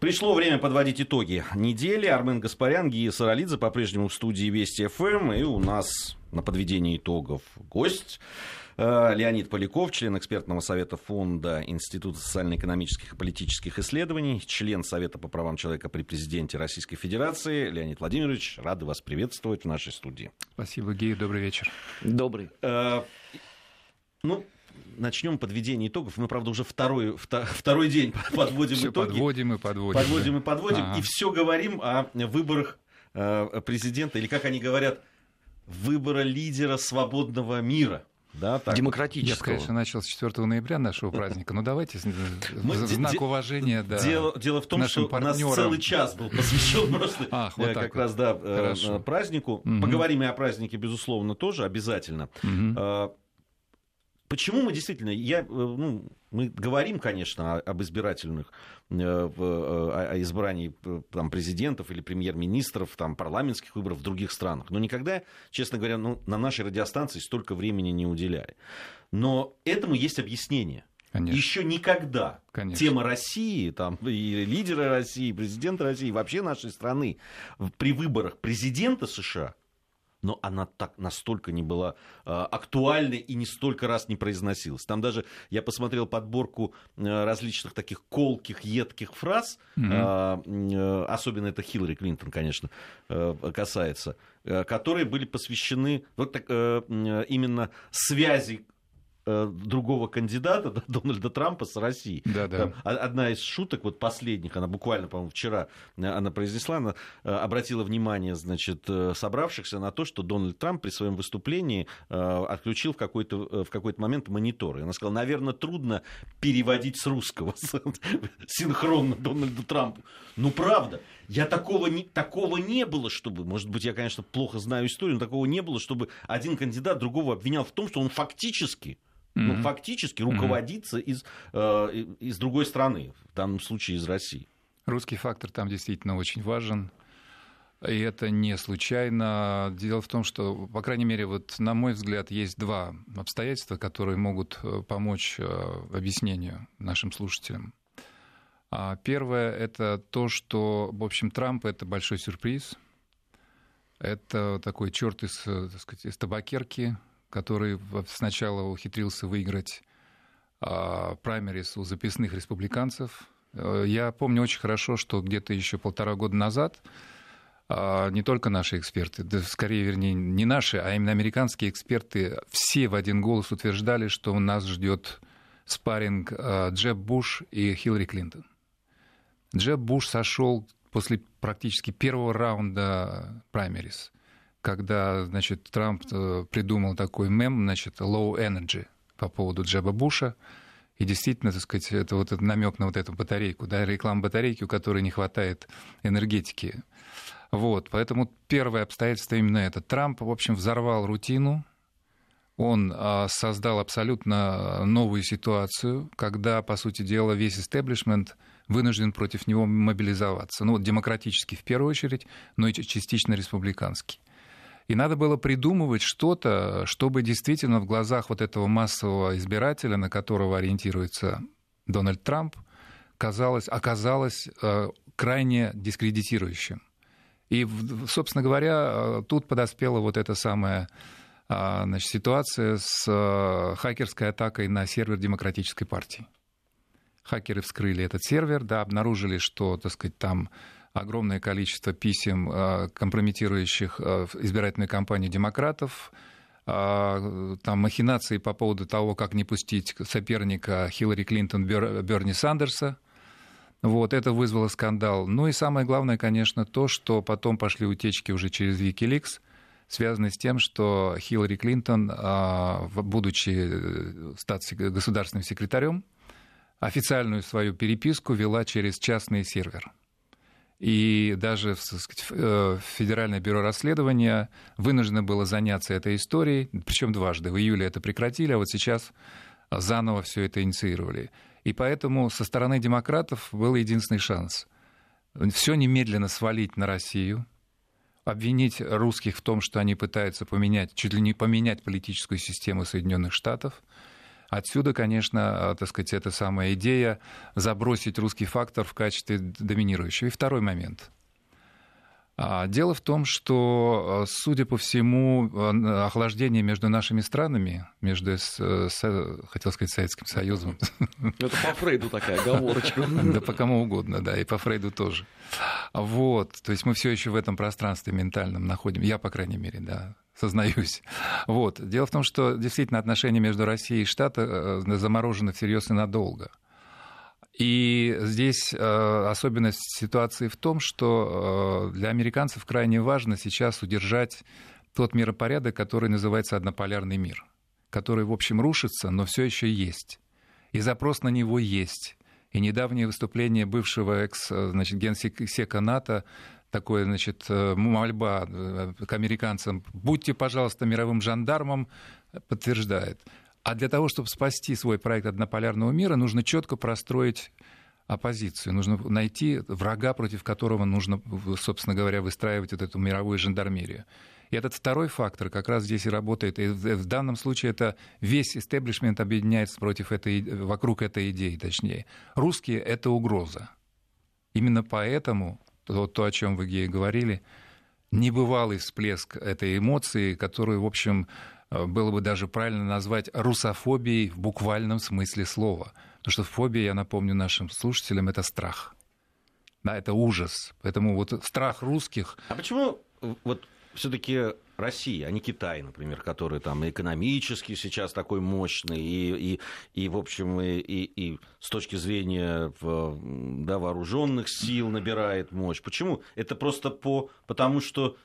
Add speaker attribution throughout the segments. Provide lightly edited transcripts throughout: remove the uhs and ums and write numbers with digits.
Speaker 1: Пришло время подводить итоги недели. Армен Гаспарян, Гия Саралидзе по-прежнему в студии Вести ФМ. И у нас на подведении итогов гость Леонид Поляков, член экспертного совета фонда Института социально-экономических и политических исследований, член Совета по правам человека при президенте Российской Федерации. Леонид Владимирович, рады вас приветствовать в нашей студии.
Speaker 2: Спасибо, Гея, добрый вечер.
Speaker 3: Добрый.
Speaker 1: Начнем подведение итогов. Мы, правда, уже второй день подводим
Speaker 2: все
Speaker 1: итоги.
Speaker 2: Подводим.
Speaker 1: И все говорим о выборах президента, или, как они говорят, выбора лидера свободного мира. Да, так.
Speaker 3: Демократического.
Speaker 2: Я, конечно, начал с 4 ноября нашего праздника, но давайте в знак уважения
Speaker 1: Дело в том, что
Speaker 2: партнерам.
Speaker 1: У нас целый час был посвящен просто празднику. Поговорим и о празднике, безусловно, тоже обязательно. Почему мы действительно, мы говорим, конечно, об избирательных, о избрании президентов или премьер-министров, парламентских выборов в других странах, но никогда, честно говоря, на нашей радиостанции столько времени не уделяли. Но этому есть объяснение.
Speaker 2: Конечно.
Speaker 1: Еще никогда тема России, и лидера России, и президента России, вообще нашей страны при выборах президента США, но она так настолько не была актуальной и не столько раз не произносилась. Там даже, я посмотрел подборку различных таких колких, едких фраз, особенно это Хиллари Клинтон, конечно, касается, которые были посвящены именно связи другого кандидата, Дональда Трампа, с Россией.
Speaker 2: Да.
Speaker 1: Одна из шуток, последних, она буквально, по-моему, вчера она произнесла, она обратила внимание, собравшихся на то, что Дональд Трамп при своем выступлении отключил в какой-то момент мониторы. Она сказала, наверное, трудно переводить с русского синхронно Дональду Трампу. Правда. Такого не было, чтобы, может быть, я, конечно, плохо знаю историю, но такого не было, чтобы один кандидат другого обвинял в том, что он фактически руководится из другой страны, в данном случае из России.
Speaker 2: Русский фактор там действительно очень важен. И это не случайно. Дело в том, что, по крайней мере, на мой взгляд, есть два обстоятельства, которые могут помочь объяснению нашим слушателям. Первое – это то, что, в общем, Трамп – это большой сюрприз. Это такой черт из табакерки, который сначала ухитрился выиграть праймериз у записных республиканцев. Я помню очень хорошо, что где-то еще 1,5 года назад не только наши эксперты, вернее, не наши, а именно американские эксперты, все в один голос утверждали, что нас ждет спарринг Джеб Буш и Хиллари Клинтон. Джеб Буш сошел после практически первого раунда праймериз, когда, Трамп придумал такой мем, low energy по поводу Джеба Буша. И действительно, это этот намек на эту батарейку, реклама батарейки, у которой не хватает энергетики. Поэтому первое обстоятельство именно это. Трамп, в общем, взорвал рутину. Он создал абсолютно новую ситуацию, когда, по сути дела, весь истеблишмент вынужден против него мобилизоваться. Демократически в первую очередь, но и частично республиканский. И надо было придумывать что-то, чтобы действительно в глазах этого массового избирателя, на которого ориентируется Дональд Трамп, оказалось крайне дискредитирующим. И, собственно говоря, тут подоспела эта самая ситуация с хакерской атакой на сервер Демократической партии. Хакеры вскрыли этот сервер, обнаружили, что, там огромное количество писем, компрометирующих избирательную кампанию демократов, там махинации по поводу того, как не пустить соперника Хиллари Клинтон Берни Сандерса. Это вызвало скандал. И самое главное, конечно, то, что потом пошли утечки уже через Wikileaks, связанные с тем, что Хиллари Клинтон, будучи государственным секретарем, официальную свою переписку вела через частный сервер. И даже Федеральное бюро расследования вынуждено было заняться этой историей, причем дважды. В июле это прекратили, а сейчас заново все это инициировали. И поэтому со стороны демократов был единственный шанс. Все немедленно свалить на Россию, обвинить русских в том, что они пытаются чуть ли не поменять политическую систему Соединенных Штатов, Отсюда, конечно, так сказать, эта самая идея забросить русский фактор в качестве доминирующего. И второй момент. Дело в том, что, судя по всему, охлаждение между нашими странами, между, хотел сказать, Советским Союзом.
Speaker 3: Это по Фрейду такая оговорочка.
Speaker 2: Да по кому угодно, да, и по Фрейду тоже. Вот, то есть мы все еще в этом пространстве ментальном находимся. Я, по крайней мере, да, сознаюсь. Вот. Дело в том, что действительно отношения между Россией и Штатами заморожены всерьез и надолго. И здесь особенность ситуации в том, что для американцев крайне важно сейчас удержать тот миропорядок, который называется однополярный мир, который, в общем, рушится, но все еще есть. И запрос на него есть. И недавнее выступление бывшего генсека НАТО, такое, мольба к американцам: будьте, пожалуйста, мировым жандармом, подтверждает. А для того, чтобы спасти свой проект однополярного мира, нужно четко простроить оппозицию. Нужно найти врага, против которого нужно, собственно говоря, выстраивать вот эту мировую жандармерию. И этот второй фактор как раз здесь и работает. И в данном случае это весь истеблишмент объединяется вокруг этой идеи, точнее. Русские — это угроза. Именно поэтому то, о чем вы, Гея, говорили, небывалый всплеск этой эмоции, которую, в общем, было бы даже правильно назвать русофобией в буквальном смысле слова. Потому что фобия, я напомню нашим слушателям, это страх. Да, это ужас. Поэтому вот страх русских...
Speaker 1: А почему вот все-таки Россия, а не Китай, например, который там экономически сейчас такой мощный и в общем, и с точки зрения вооруженных сил набирает мощь? Почему? Это просто потому, что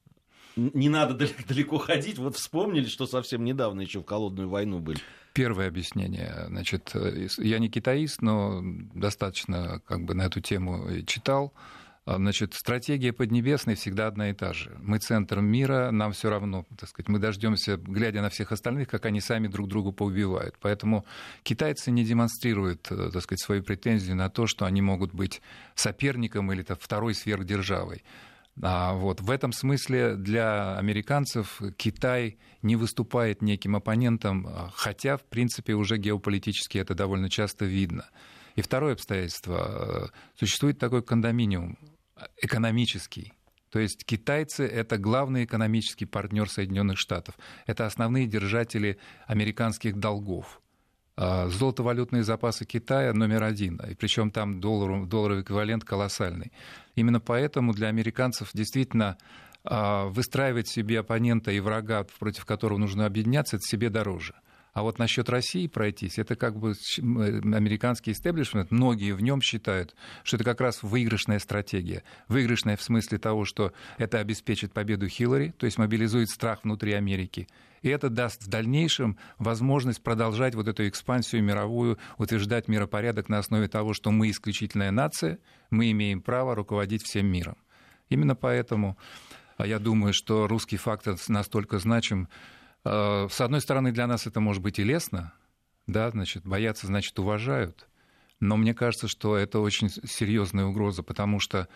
Speaker 1: не надо далеко ходить. Вот вспомнили, что совсем недавно еще в холодную войну были.
Speaker 2: Первое объяснение. Значит, я не китаист, но достаточно на эту тему читал. Значит, стратегия Поднебесной всегда одна и та же. Мы центр мира, нам все равно, так сказать, мы дождемся, глядя на всех остальных, как они сами друг друга поубивают. Поэтому китайцы не демонстрируют, так сказать, свою претензию на то, что они могут быть соперником или второй сверхдержавой. Вот. В этом смысле для американцев Китай не выступает неким оппонентом, хотя, в принципе, уже геополитически это довольно часто видно. И второе обстоятельство. Существует такой кондоминиум экономический. То есть китайцы — это главный экономический партнер Соединенных Штатов. Это основные держатели американских долгов. Золотовалютные запасы Китая номер один, и причем там долларовый эквивалент колоссальный. Именно поэтому для американцев действительно выстраивать себе оппонента и врага, против которого нужно объединяться, это себе дороже. А вот насчет России пройтись, это американский истеблишмент, многие в нем считают, что это как раз выигрышная стратегия. Выигрышная в смысле того, что это обеспечит победу Хиллари, то есть мобилизует страх внутри Америки. И это даст в дальнейшем возможность продолжать вот эту экспансию мировую, утверждать миропорядок на основе того, что мы исключительная нация, мы имеем право руководить всем миром. Именно поэтому я думаю, что русский фактор настолько значим. С одной стороны, для нас это может быть и лестно, да, значит, боятся, значит, уважают, но мне кажется, что это очень серьезная угроза, потому что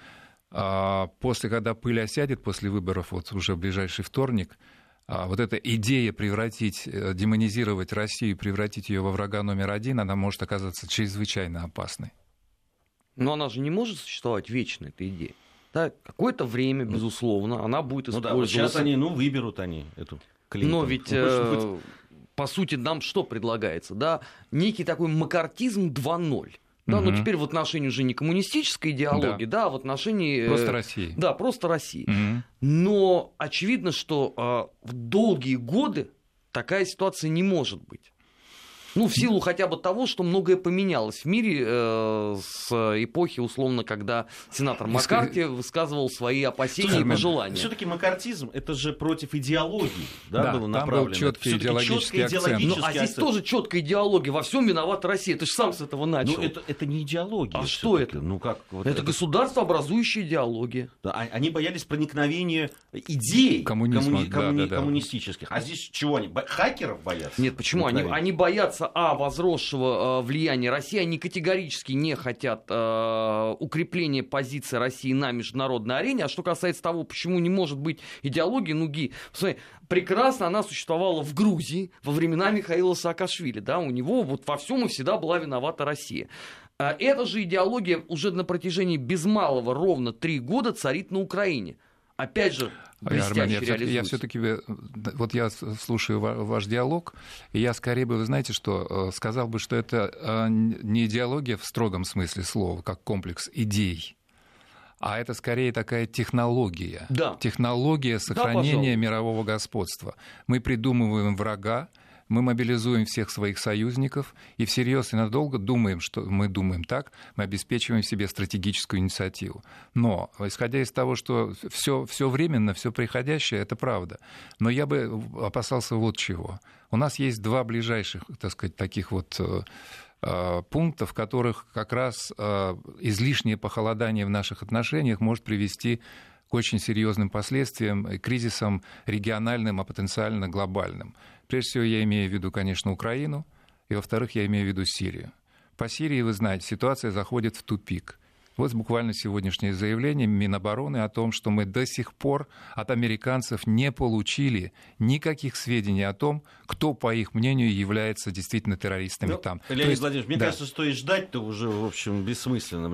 Speaker 2: когда пыль осядет после выборов, вот уже в ближайший вторник, вот эта идея демонизировать Россию, превратить ее во врага номер один, она может оказаться чрезвычайно опасной.
Speaker 3: Но она же не может существовать вечно, эта идея. Да, какое-то время, безусловно, она будет использоваться. Вот
Speaker 1: сейчас они, выберут они эту Клинтон.
Speaker 3: Но ведь, по сути, нам что предлагается? Да? Некий такой маккартизм 2.0. Да, но теперь в отношении уже не коммунистической идеологии, да, в отношении...
Speaker 2: Просто России.
Speaker 3: Да, просто России. Но очевидно, что в долгие годы такая ситуация не может быть. В силу хотя бы того, что многое поменялось в мире с эпохи, условно, когда сенатор Маккарти высказывал свои опасения и пожелания.
Speaker 1: Все-таки маккартизм — это же против идеологии, было направлено.
Speaker 2: Там был четкий идеологический акцент.
Speaker 3: А здесь тоже четкая идеология. Во всем виновата Россия. Ты же сам с этого начал.
Speaker 1: Это не идеология.
Speaker 3: А что это? Это государствообразующая идеология.
Speaker 1: Да, они боялись проникновения идей коммунистических. А здесь чего они? Хакеров боятся?
Speaker 3: Нет, почему? Они боятся опасаться возросшего влияния России, они категорически не хотят укрепления позиции России на международной арене. А что касается того, почему не может быть идеологии, посмотри, прекрасно она существовала в Грузии во времена Михаила Саакашвили. Да? У него вот во всем и всегда была виновата Россия. Эта же идеология уже на протяжении без малого ровно 3 года царит на Украине. Опять же, блестяще реализуется.
Speaker 2: Я все-таки, вот я слушаю ваш диалог, и я скорее бы, вы знаете, что сказал бы, что это не идеология в строгом смысле слова, как комплекс идей, а это скорее такая технология.
Speaker 3: Да.
Speaker 2: Технология сохранения мирового господства. Мы придумываем врага, мы мобилизуем всех своих союзников и всерьез и надолго думаем, что мы думаем так, мы обеспечиваем себе стратегическую инициативу. Но, исходя из того, что все временно, все приходящее, это правда. Но я бы опасался вот чего. У нас есть 2 ближайших, так сказать, таких вот пункта, в которых как раз излишнее похолодание в наших отношениях может привести к очень серьезным последствиям, кризисам региональным, а потенциально глобальным. Прежде всего, я имею в виду, конечно, Украину, и, во-вторых, я имею в виду Сирию. По Сирии, вы знаете, ситуация заходит в тупик. Вот буквально сегодняшнее заявление Минобороны о том, что мы до сих пор от американцев не получили никаких сведений о том, кто, по их мнению, является действительно террористами там.
Speaker 1: Леонид Владимирович, мне кажется, что и ждать-то уже, в общем, бессмысленно.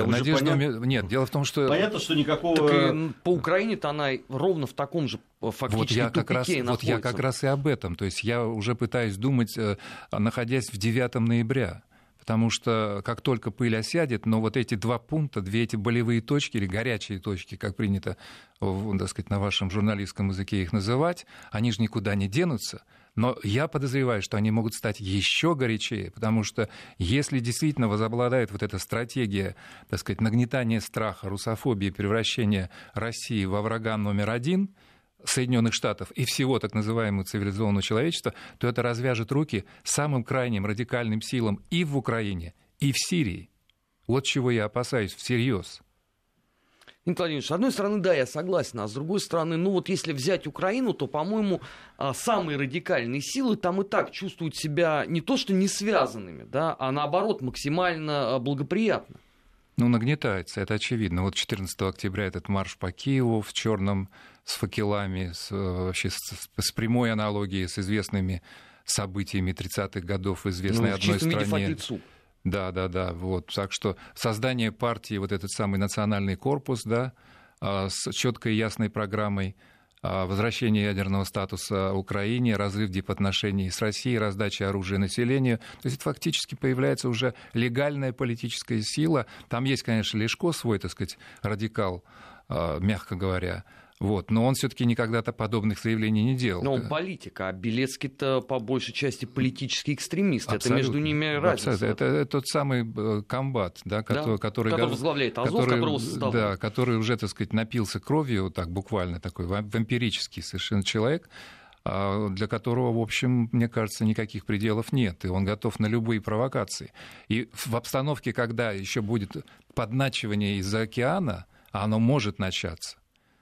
Speaker 2: Нет, дело в том, что...
Speaker 1: Понятно, что никакого...
Speaker 3: Так по Украине-то она ровно в таком же фактически тупике находится.
Speaker 2: Вот я как раз и об этом. То есть я уже пытаюсь думать, находясь в 9 ноября. Потому что как только пыль осядет, но вот эти 2 пункта, 2 эти болевые точки или горячие точки, как принято, так сказать, на вашем журналистском языке их называть, они же никуда не денутся. Но я подозреваю, что они могут стать еще горячее, потому что если действительно возобладает вот эта стратегия, так сказать, нагнетания страха, русофобии, превращения России во врага номер 1, Соединенных Штатов и всего так называемого цивилизованного человечества, то это развяжет руки самым крайним радикальным силам и в Украине, и в Сирии. Вот чего я опасаюсь всерьез.
Speaker 3: Николай Владимирович, с одной стороны, да, я согласен, а с другой стороны, вот если взять Украину, то, по-моему, самые радикальные силы там и так чувствуют себя не то что не связанными, да, а наоборот максимально благоприятно.
Speaker 2: Нагнетается, это очевидно. Вот 14 октября этот марш по Киеву в черном с факелами, вообще с прямой аналогией с известными событиями 30-х годов в известной одной стране. Да, вот. Так что создание партии, вот этот самый национальный корпус, да, с четкой и ясной программой, возвращение ядерного статуса Украине, разрыв дипотношений с Россией, раздача оружия населению. То есть это фактически появляется уже легальная политическая сила. Там есть, конечно, Лешко свой, так сказать, радикал, мягко говоря. Вот. Но он все-таки никогда-то подобных заявлений не делал.
Speaker 3: Но он политик, а Белецкий-то по большей части политический экстремист. Абсолютно. Это между ними разница.
Speaker 2: Это тот самый комбат, да, который
Speaker 3: возглавляет Азов, которого создал.
Speaker 2: Да, который уже, так сказать, напился кровью, так буквально такой вампирический совершенно человек, для которого, в общем, мне кажется, никаких пределов нет, и он готов на любые провокации. И в обстановке, когда еще будет подначивание из-за океана, а оно может начаться,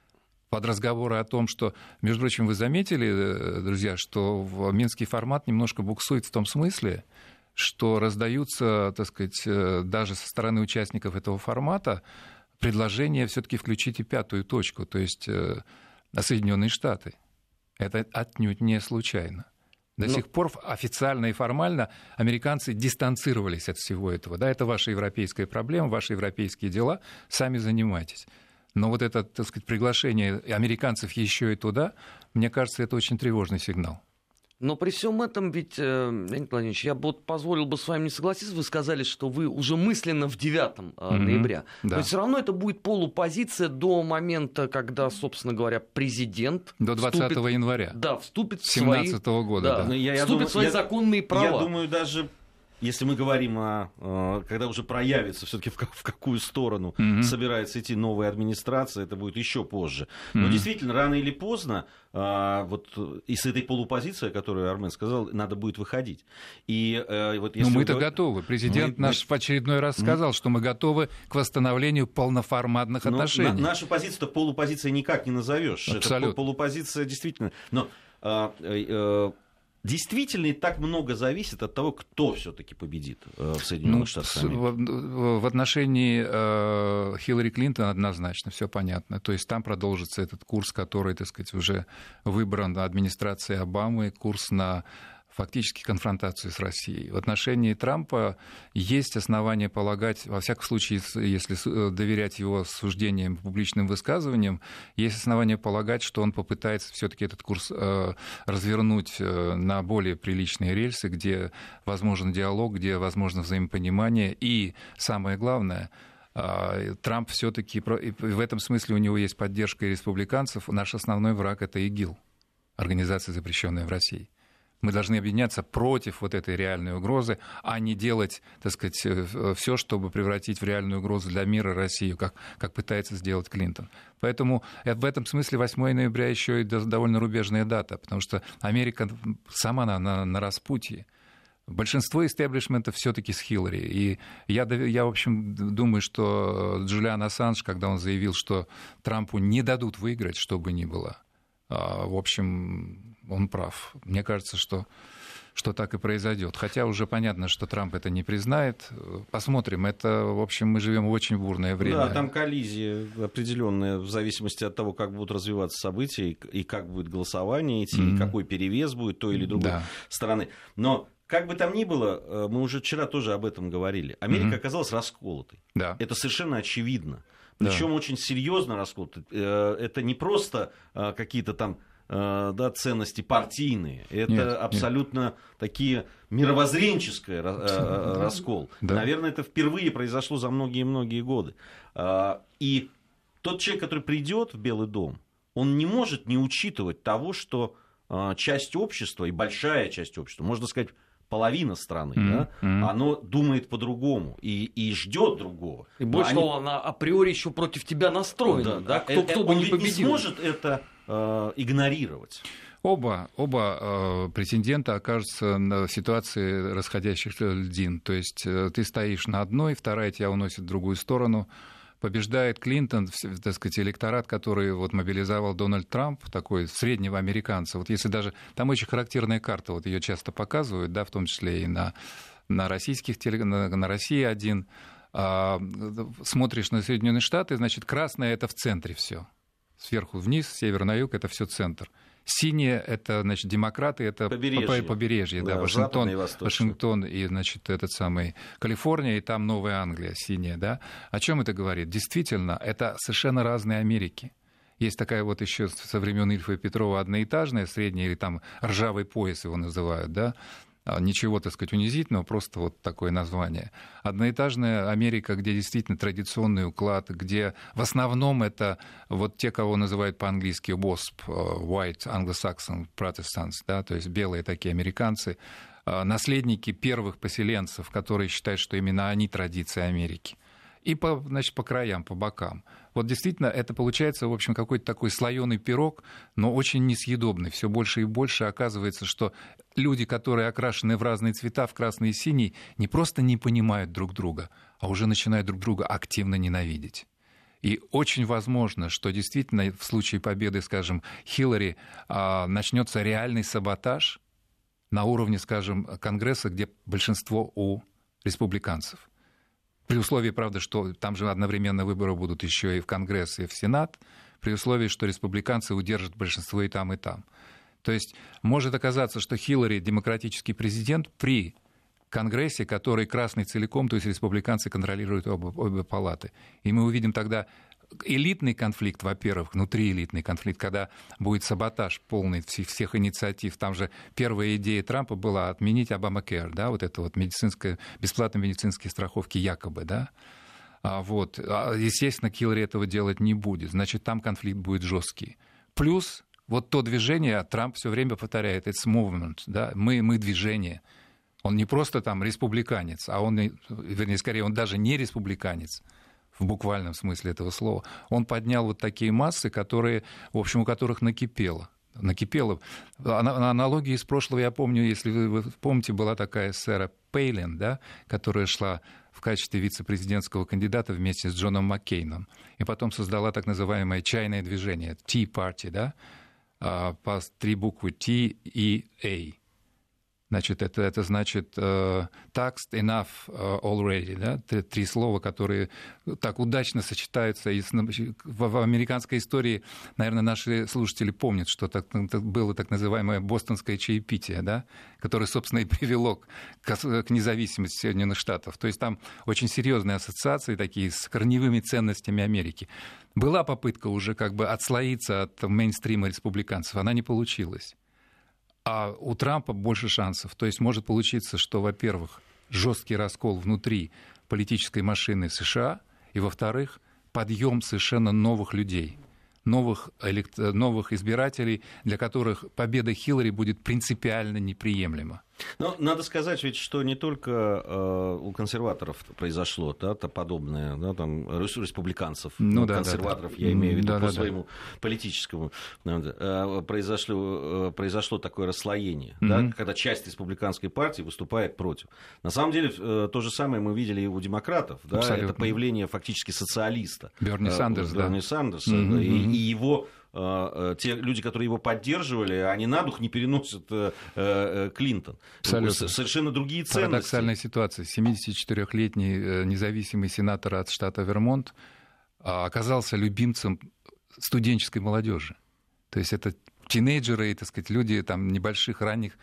Speaker 2: под разговоры о том, что, между прочим, вы заметили, друзья, что минский формат немножко буксует в том смысле, что раздаются, так сказать, даже со стороны участников этого формата предложения все-таки включить и 5-ю точку, то есть Соединенные Штаты. Это отнюдь не случайно. До сих пор официально и формально американцы дистанцировались от всего этого. Да, это ваша европейская проблема, ваши европейские дела, сами занимайтесь. Но вот это, так сказать, приглашение американцев еще и туда, мне кажется, это очень тревожный сигнал.
Speaker 3: Но при всем этом ведь, Леонид Владимирович, я бы позволил бы с вами не согласиться, вы сказали, что вы уже мысленно в 9 ноября.
Speaker 2: Да.
Speaker 3: Но все равно это будет полупозиция до момента, когда, собственно говоря, президент...
Speaker 2: До 20 января.
Speaker 3: Да, вступит в
Speaker 2: 17 года.
Speaker 3: Да, вступит в свои законные права.
Speaker 1: Я думаю, даже... Если мы говорим когда уже проявится все-таки в какую сторону собирается идти новая администрация, это будет еще позже. Но действительно, рано или поздно вот из этой полупозиции, о которой Армен сказал, надо будет выходить. И, вот если
Speaker 2: мы-то готовы. Президент наш в очередной раз сказал, что мы готовы к восстановлению полноформатных отношений.
Speaker 1: Нашу позицию-то полупозицией никак не назовешь.
Speaker 2: Абсолютно.
Speaker 1: Это полупозиция действительно. Но действительно ли так много зависит от того, кто все-таки победит в Соединенных Штатах Америки?
Speaker 2: В отношении Хиллари Клинтон однозначно все понятно. То есть там продолжится этот курс, который, так сказать, уже выбран администрацией Обамы, курс на фактически конфронтацию с Россией. В отношении Трампа есть основания полагать, во всяком случае, если доверять его суждениям, публичным высказываниям, есть основания полагать, что он попытается все-таки этот курс развернуть на более приличные рельсы, где возможен диалог, где возможно взаимопонимание. И самое главное, Трамп все-таки, в этом смысле у него есть поддержка и республиканцев, наш основной враг — это ИГИЛ, организация, запрещенная в России. Мы должны объединяться против вот этой реальной угрозы, а не делать, так сказать, все, чтобы превратить в реальную угрозу для мира Россию, как пытается сделать Клинтон. Поэтому в этом смысле 8 ноября еще и довольно рубежная дата, потому что Америка сама на распутье. Большинство истеблишмента все-таки с Хиллари. И я, в общем, думаю, что Джулиан Ассанж, когда он заявил, что Трампу не дадут выиграть, что бы ни было, в общем, он прав. Мне кажется, что так и произойдет. Хотя уже понятно, что Трамп это не признает. Посмотрим. Это, в общем, мы живем в очень бурное время.
Speaker 1: Да, там коллизия определенная в зависимости от того, как будут развиваться события и как будет голосование идти, и какой перевес будет той или другой стороны. Но как бы там ни было, мы уже вчера тоже об этом говорили. Америка оказалась расколотой. Да. Это совершенно очевидно. Причем очень серьезно расколотой. Это не просто какие-то там ценности партийные. Это абсолютно такие мировоззренческий раскол. Да. Наверное, это впервые произошло за многие-многие годы. И тот человек, который придет в Белый дом, он не может не учитывать того, что часть общества, и большая часть общества, можно сказать, половина страны, оно думает по-другому и ждет другого.
Speaker 3: И больше того, она априори еще против тебя настроена. Кто бы
Speaker 1: он
Speaker 3: не победил.
Speaker 1: Не сможет это игнорировать.
Speaker 2: Оба претендента окажутся в ситуации расходящихся льдин. То есть ты стоишь на одной, вторая тебя уносит в другую сторону. Побеждает Клинтон, так сказать, электорат, который вот мобилизовал Дональд Трамп, такой среднего американца. Вот если даже... Там очень характерная карта, вот ее часто показывают, да, в том числе и на российских на России-1. Смотришь на Соединенные Штаты, значит, красное — это в центре все. Сверху вниз, с севера на юг — это все центр. Синие — это, значит, демократы, это побережье, да, Вашингтон и, значит, этот самый Калифорния, и там Новая Англия, синяя, да. О чем это говорит? Действительно, это совершенно разные Америки. Есть такая вот еще со времен Ильфа и Петрова одноэтажная, средняя, или там ржавый пояс его называют, да. Ничего, так сказать, унизительного, просто вот такое название. Одноэтажная Америка, где действительно традиционный уклад, где в основном это вот те, кого называют по-английски WASP, White Anglo-Saxon Protestants, да, то есть белые такие американцы, наследники первых поселенцев, которые считают, что именно они традиции Америки. И значит, по краям, по бокам. Вот действительно, это получается, в общем, какой-то такой слоеный пирог, но очень несъедобный. Все больше и больше оказывается, что люди, которые окрашены в разные цвета, в красный и синий, не просто не понимают друг друга, а уже начинают друг друга активно ненавидеть. И очень возможно, что действительно в случае победы, скажем, Хиллари, начнется реальный саботаж на уровне, скажем, Конгресса, где большинство у республиканцев. При условии, правда, что там же одновременно выборы будут еще и в Конгресс, и в Сенат, при условии, что республиканцы удержат большинство и там, и там. То есть может оказаться, что Хиллари демократический президент при Конгрессе, который красный целиком, то есть республиканцы контролируют обе палаты. И мы увидим тогда элитный конфликт, во-первых, внутриэлитный конфликт, когда будет саботаж полный всех инициатив. Там же первая идея Трампа была отменить Обамакер, да, вот это вот бесплатные медицинские страховки якобы, да. Естественно, Хиллари этого делать не будет, значит, там конфликт будет жесткий. Плюс вот то движение, Трамп все время повторяет, it's movement, да, мы движение. Он не просто там республиканец, а он, вернее, скорее, он даже не республиканец, в буквальном смысле этого слова. Он поднял вот такие массы, которые, в общем, у которых накипело. Аналогии из прошлого я помню, если вы помните, была такая Сара Пейлин, да, которая шла в качестве вице-президентского кандидата вместе с Джоном Маккейном, и потом создала так называемое чайное движение, Tea Party, да, по 3 буквы T, E, A. Значит, это значит taxed enough already, да? 3 слова, которые так удачно сочетаются. В американской истории, наверное, наши слушатели помнят, что было так называемое бостонское чаепитие, да? Которое, собственно, и привело к независимости Соединенных Штатов. То есть там очень серьезные ассоциации такие с корневыми ценностями Америки. Была попытка уже как бы отслоиться от мейнстрима республиканцев, она не получилась. А у Трампа больше шансов. То есть может получиться, что, во-первых, жесткий раскол внутри политической машины США, и, во-вторых, подъем совершенно новых людей, новых избирателей, для которых победа Хиллари будет принципиально неприемлема.
Speaker 1: Но надо сказать ведь, что не только у консерваторов произошло подобное, да, там, республиканцев, консерваторов, я имею в виду по своему политическому, произошло такое расслоение, да, когда часть республиканской партии выступает против. На самом деле, то же самое мы видели и у демократов, да, это появление фактически социалиста.
Speaker 2: Берни Сандерса,
Speaker 1: и его... Те люди, которые его поддерживали, они на дух не переносят Клинтон.
Speaker 2: Абсолютно.
Speaker 1: Совершенно другие ценности.
Speaker 2: Парадоксальная ситуация. 74-летний независимый сенатор от штата Вермонт оказался любимцем студенческой молодежи. То есть это тинейджеры, так сказать, люди там, небольших, ранних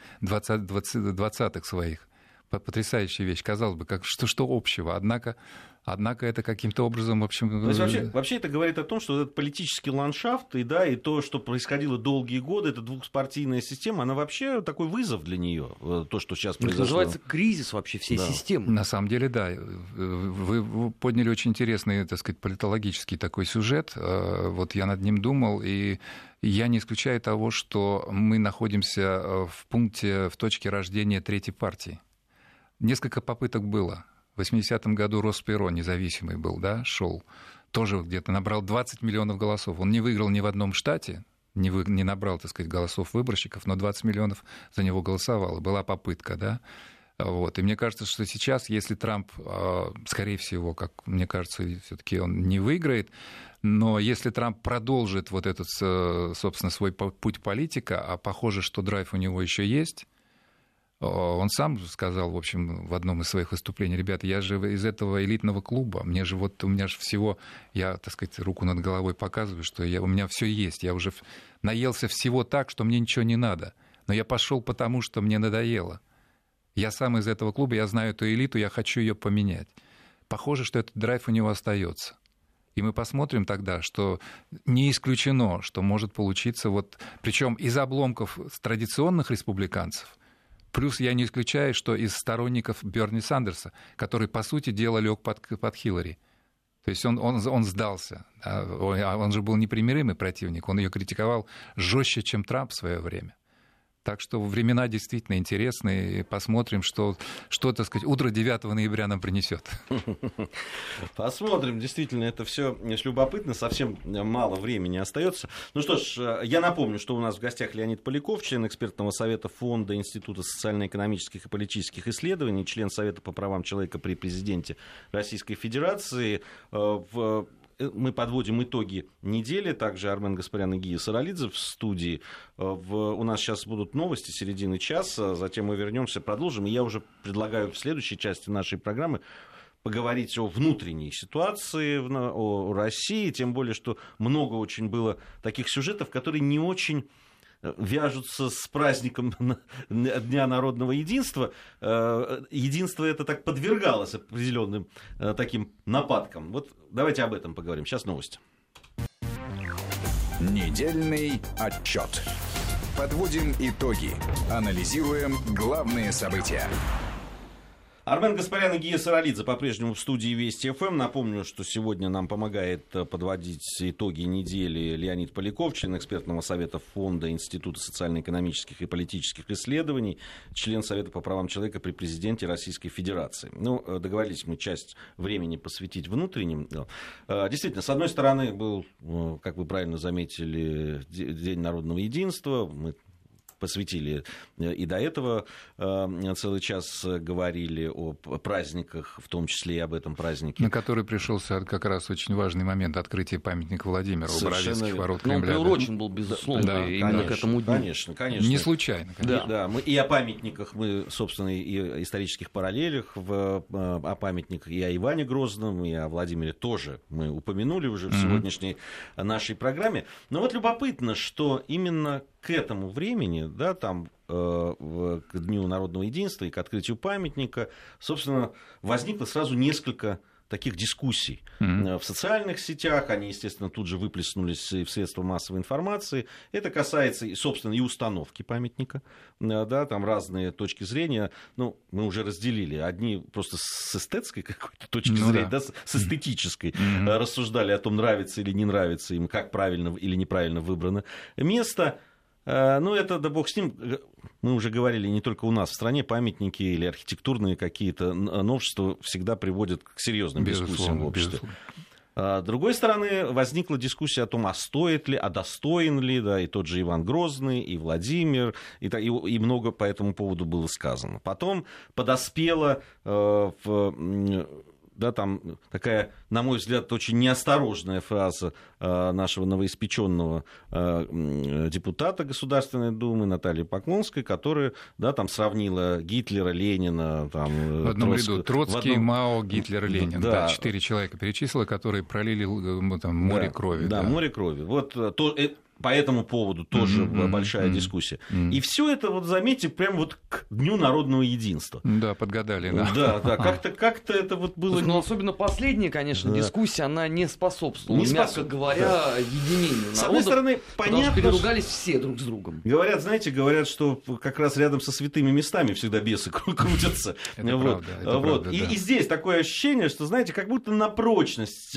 Speaker 2: 20-х своих. Потрясающая вещь. Казалось бы, что общего. Однако это каким-то образом, в общем...
Speaker 1: То есть вообще это говорит о том, что этот политический ландшафт и то, что происходило долгие годы, эта двухпартийная система, она вообще такой вызов для нее, то, что сейчас произошло.
Speaker 3: Это называется кризис вообще всей системы.
Speaker 2: На самом деле, да. Вы подняли очень интересный, так сказать, политологический такой сюжет. Вот я над ним думал, и я не исключаю того, что мы находимся в точке рождения третьей партии. Несколько попыток было. В 80-м году Росперо независимый был, да, шел. Тоже где-то набрал 20 миллионов голосов. Он не выиграл ни в одном штате, не набрал, так сказать, голосов выборщиков, но 20 миллионов за него голосовало. Была попытка, да. Вот. И мне кажется, что сейчас, если Трамп, скорее всего, как мне кажется, все-таки он не выиграет, но если Трамп продолжит вот этот, собственно, свой путь политика, а похоже, что драйв у него еще есть. Он сам сказал, в общем, в одном из своих выступлений: ребята, я же из этого элитного клуба, у меня же всего, я, так сказать, руку над головой показываю, что у меня все есть, я уже наелся всего так, что мне ничего не надо, но я пошел потому, что мне надоело. Я сам из этого клуба, я знаю эту элиту, я хочу ее поменять. Похоже, что этот драйв у него остается. И мы посмотрим тогда, что не исключено, что может получиться, причем из обломков традиционных республиканцев. Плюс я не исключаю, что из сторонников Берни Сандерса, который, по сути дела, лег под Хиллари. То есть он сдался. Он же был непримиримый противник. Он ее критиковал жестче, чем Трамп в свое время. Так что времена действительно интересные. Посмотрим, что, так сказать, утро 9 ноября нам принесет.
Speaker 1: Посмотрим. Действительно, это все любопытно. Совсем мало времени остается. Ну что ж, я напомню, что у нас в гостях Леонид Поляков, член экспертного совета Фонда Института социально-экономических и политических исследований, член Совета по правам человека при президенте Российской Федерации. Мы подводим итоги недели. Также Армен Гаспарян и Гия Саралидзе в студии. У нас сейчас будут новости середины часа. Затем мы вернемся, продолжим. И я уже предлагаю в следующей части нашей программы поговорить о внутренней ситуации о России. Тем более, что много очень было таких сюжетов, которые не очень вяжутся с праздником Дня народного единства. Единство это так подвергалось определенным таким нападкам. Вот давайте об этом поговорим. Сейчас новости.
Speaker 4: Недельный отчет. Подводим итоги. Анализируем главные события.
Speaker 1: Армен Гаспарян и Гия Саралидзе по-прежнему в студии Вести ФМ. Напомню, что сегодня нам помогает подводить итоги недели Леонид Поляков, член экспертного совета Фонда Института социально-экономических и политических исследований, член Совета по правам человека при президенте Российской Федерации. Договорились мы часть времени посвятить внутренним. Действительно, с одной стороны, был, как вы правильно заметили, День народного единства. Мы посвятили и до этого целый час говорили о праздниках, в том числе и об этом празднике.
Speaker 2: На который пришелся как раз очень важный момент открытия памятника Владимиру у Боровицких ворот Кремля.
Speaker 3: Он приурочен был, безусловно, именно к этому дню.
Speaker 1: Конечно.
Speaker 2: Не случайно.
Speaker 1: Да, мы и о памятниках, мы, собственно, и исторических параллелях о памятниках, и о Иване Грозном, и о Владимире тоже мы упомянули уже в сегодняшней нашей программе. Но вот любопытно, что именно к этому времени, да, там, к Дню народного единства и к открытию памятника, собственно, возникло сразу несколько таких дискуссий в социальных сетях, они, естественно, тут же выплеснулись и в средства массовой информации. Это касается, собственно, и установки памятника, да, там разные точки зрения, ну, мы уже разделили, одни просто с эстетской какой-то точки зрения, да, с эстетической, рассуждали о том, нравится или не нравится им, как правильно или неправильно выбрано место. Ну, это, да бог с ним, мы уже говорили, не только у нас в стране памятники или архитектурные какие-то новшества всегда приводят к серьезным дискуссиям в обществе. С другой стороны, возникла дискуссия о том, а стоит ли, а достоин ли, да, и тот же Иван Грозный, и Владимир, и много по этому поводу было сказано. Потом подоспела да, там такая, на мой взгляд, очень неосторожная фраза нашего новоиспеченного депутата Государственной Думы Натальи Поклонской, которая, да, там сравнила Гитлера, Ленина. Там,
Speaker 2: в одном ряду Троцкий, Мао, Гитлер, Ленин.
Speaker 1: Да.
Speaker 2: 4 человека перечислила, которые пролили там, море крови.
Speaker 1: Да, море крови. Вот по этому поводу тоже большая дискуссия. И все это, вот заметьте, прям вот к Дню народного единства.
Speaker 2: Да, подгадали, да.
Speaker 1: Да, как-то это вот было...
Speaker 3: Но особенно последняя, конечно, дискуссия, она не способствовала, мягко говоря, единению народов.
Speaker 1: С одной стороны, понятно,
Speaker 3: потому что переругались все друг с другом.
Speaker 1: Говорят, что как раз рядом со святыми местами всда бесы крутятся.
Speaker 2: Это
Speaker 1: вот.
Speaker 2: правда, это
Speaker 1: вот.
Speaker 2: правда,
Speaker 1: И здесь такое ощущение, что, знаете, как будто на прочность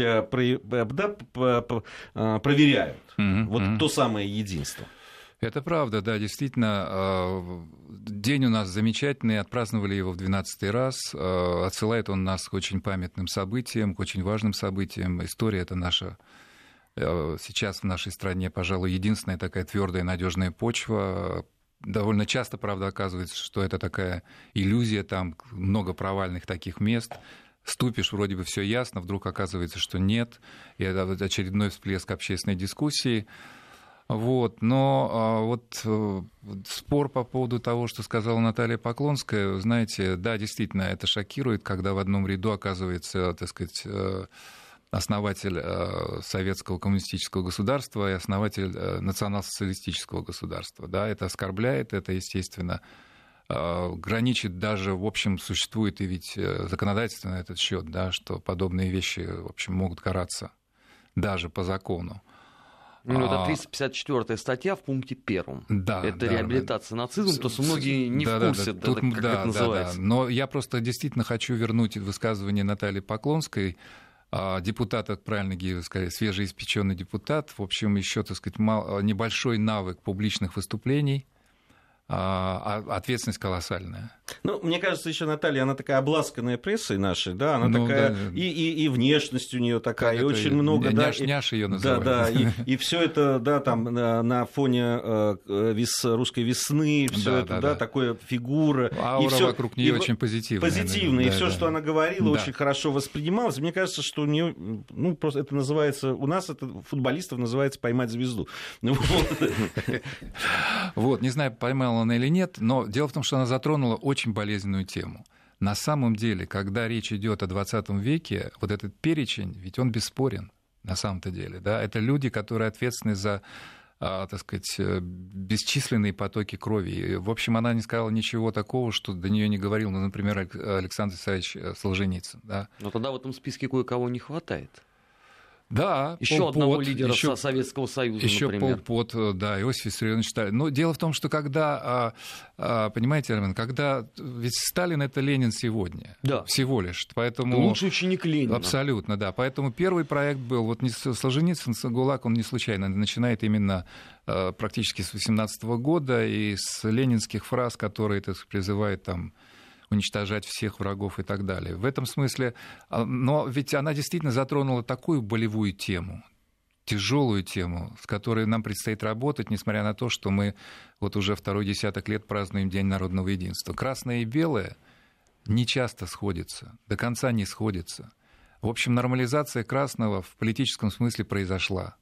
Speaker 1: проверяют. Вот то самое единство.
Speaker 2: Это правда, да, действительно. День у нас замечательный, отпраздновали его в 12-й раз. Отсылает он нас к очень памятным событиям, к очень важным событиям. История — это наша сейчас в нашей стране, пожалуй, единственная такая твердая, надежная почва. Довольно часто, правда, оказывается, что это такая иллюзия, там много провальных таких мест. Ступишь, вроде бы все ясно, вдруг оказывается, что нет. И это очередной всплеск общественной дискуссии. Вот. Но вот спор по поводу того, что сказала Наталья Поклонская, знаете, да, действительно, это шокирует, когда в одном ряду оказывается, так сказать, основатель советского коммунистического государства и основатель национал-социалистического государства. Да, это оскорбляет, это, естественно, граничит даже, в общем, существует и ведь законодательство на этот счет, да, что подобные вещи, в общем, могут караться даже по закону.
Speaker 3: Ну, это 354-я статья в пункте 1.
Speaker 2: Да,
Speaker 3: это реабилитация нацизма, то есть многие не в курсе, как это называется.
Speaker 2: Да. Но я просто действительно хочу вернуть высказывание Натальи Поклонской, депутата, правильно Геева сказали, свежеиспеченный депутат, в общем, еще, так сказать, небольшой навык публичных выступлений, ответственность колоссальная.
Speaker 1: Ну, мне кажется, еще Наталья, она такая обласканная прессой нашей, да, она такая, да. И внешность у нее такая, и очень много, да.
Speaker 2: Няш ее называют.
Speaker 1: Да, и все это, да, там на фоне русской весны, все это, да, такое фигура.
Speaker 2: Аура вокруг нее очень позитивная.
Speaker 1: Позитивная, и все, что она говорила, очень хорошо воспринималось. Мне кажется, что у нее, ну, просто это называется, у нас это футболистов называется поймать звезду.
Speaker 2: Вот, не знаю, поймала она или нет, но дело в том, что она затронула очень болезненную тему. На самом деле, когда речь идет о 20 веке, вот этот перечень, ведь он бесспорен на самом-то деле. Да? Это люди, которые ответственны за, так сказать, бесчисленные потоки крови. И, в общем, она не сказала ничего такого, что до нее не говорил, ну, например, Александр Исаевич Солженицын. Да?
Speaker 3: Но тогда в этом списке кое-кого не хватает.
Speaker 2: Да,
Speaker 3: еще одного лидера Советского Союза,
Speaker 2: еще
Speaker 3: например.
Speaker 2: Пол Пот, да, Иосиф Виссарионович Сталин. Но дело в том, что когда, понимаете, Армен, когда ведь Сталин — это Ленин сегодня,
Speaker 3: да.
Speaker 2: Всего лишь. Поэтому...
Speaker 3: Лучший ученик Ленина.
Speaker 2: Абсолютно, да. Поэтому первый проект был, вот Солженицын, ГУЛАГ, он не случайно начинает именно практически с 18 года и с ленинских фраз, которые, так сказать, призывают там уничтожать всех врагов и так далее. В этом смысле, но ведь она действительно затронула такую болевую тему, тяжелую тему, с которой нам предстоит работать, несмотря на то, что мы вот уже второй десяток лет празднуем День народного единства. Красное и белое не часто сходятся, до конца не сходятся. В общем, нормализация красного в политическом смысле произошла.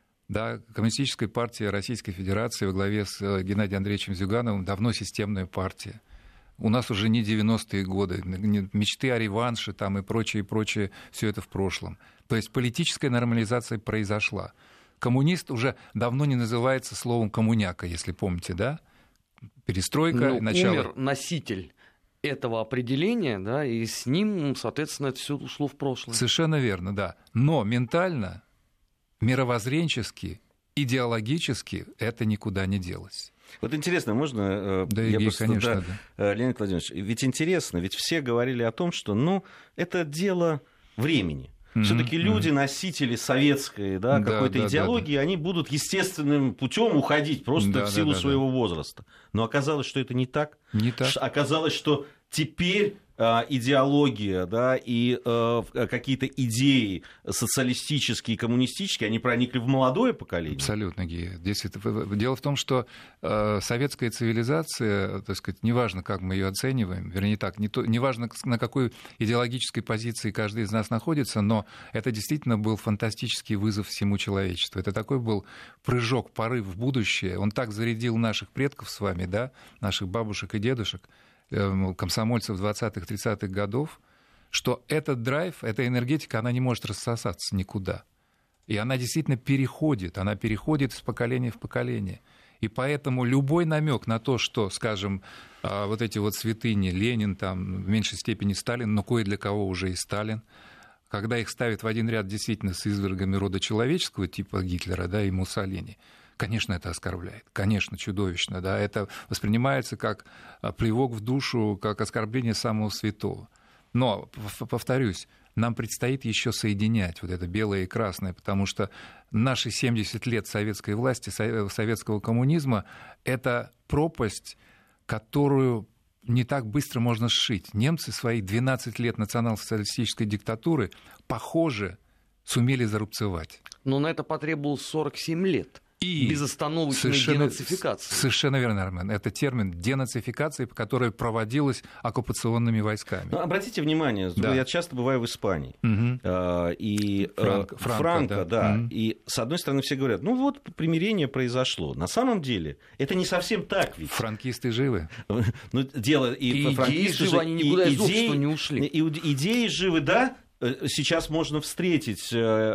Speaker 2: Да, Коммунистическая партия Российской Федерации во главе с Геннадием Андреевичем Зюгановым давно системная партия. У нас уже не 90-е годы, мечты о реванше там и прочее, все это в прошлом. То есть политическая нормализация произошла. Коммунист уже давно не называется словом коммуняка, если помните, да? Перестройка, начало.
Speaker 3: Умер носитель этого определения, да, и с ним, соответственно, это все ушло в прошлое.
Speaker 2: Совершенно верно, да. Но ментально, мировоззренчески, идеологически это никуда не делось.
Speaker 1: Вот интересно, можно...
Speaker 2: Да, я просто, конечно,
Speaker 1: да. Леонид Владимирович, ведь интересно, ведь все говорили о том, что, это дело времени. Все-таки люди, носители советской какой-то идеологии, они будут естественным путем уходить просто в силу своего возраста. Но оказалось, что это не так.
Speaker 2: Не так.
Speaker 1: Оказалось, что теперь идеология, и какие-то идеи социалистические, коммунистические, они проникли в молодое поколение.
Speaker 2: Абсолютно, Гея. Дело в том, что советская цивилизация, так сказать, неважно, как мы ее оцениваем, вернее так, неважно, на какой идеологической позиции каждый из нас находится, но это действительно был фантастический вызов всему человечеству. Это такой был прыжок, порыв в будущее. Он так зарядил наших предков с вами, наших бабушек и дедушек, комсомольцев 20-х, 30-х годов, что этот драйв, эта энергетика, она не может рассосаться никуда. И она действительно переходит из поколения в поколение. И поэтому любой намек на то, что, скажем, вот эти вот святыни, Ленин, там, в меньшей степени Сталин, но кое для кого уже и Сталин, когда их ставят в один ряд действительно с извергами рода человеческого, типа Гитлера, и Муссолини, конечно, это оскорбляет, конечно, чудовищно, это воспринимается как плевок в душу, как оскорбление самого святого. Но, повторюсь, нам предстоит еще соединять вот это белое и красное, потому что наши 70 лет советской власти, советского коммунизма — это пропасть, которую не так быстро можно сшить. Немцы свои 12 лет национал-социалистической диктатуры, похоже, сумели зарубцевать.
Speaker 3: Но на это потребовалось 47 лет. И безостановочной денацификации.
Speaker 2: Совершенно верно, Армен. Это термин денацификации, которая проводилась оккупационными войсками.
Speaker 1: Обратите внимание, я часто бываю в Испании. И Франко, да. И с одной стороны все говорят, примирение произошло. На самом деле это не совсем так ведь.
Speaker 2: Франкисты живы.
Speaker 3: Дело и франкисты живы, они никуда из общества не ушли.
Speaker 1: Идеи живы, Сейчас можно встретить...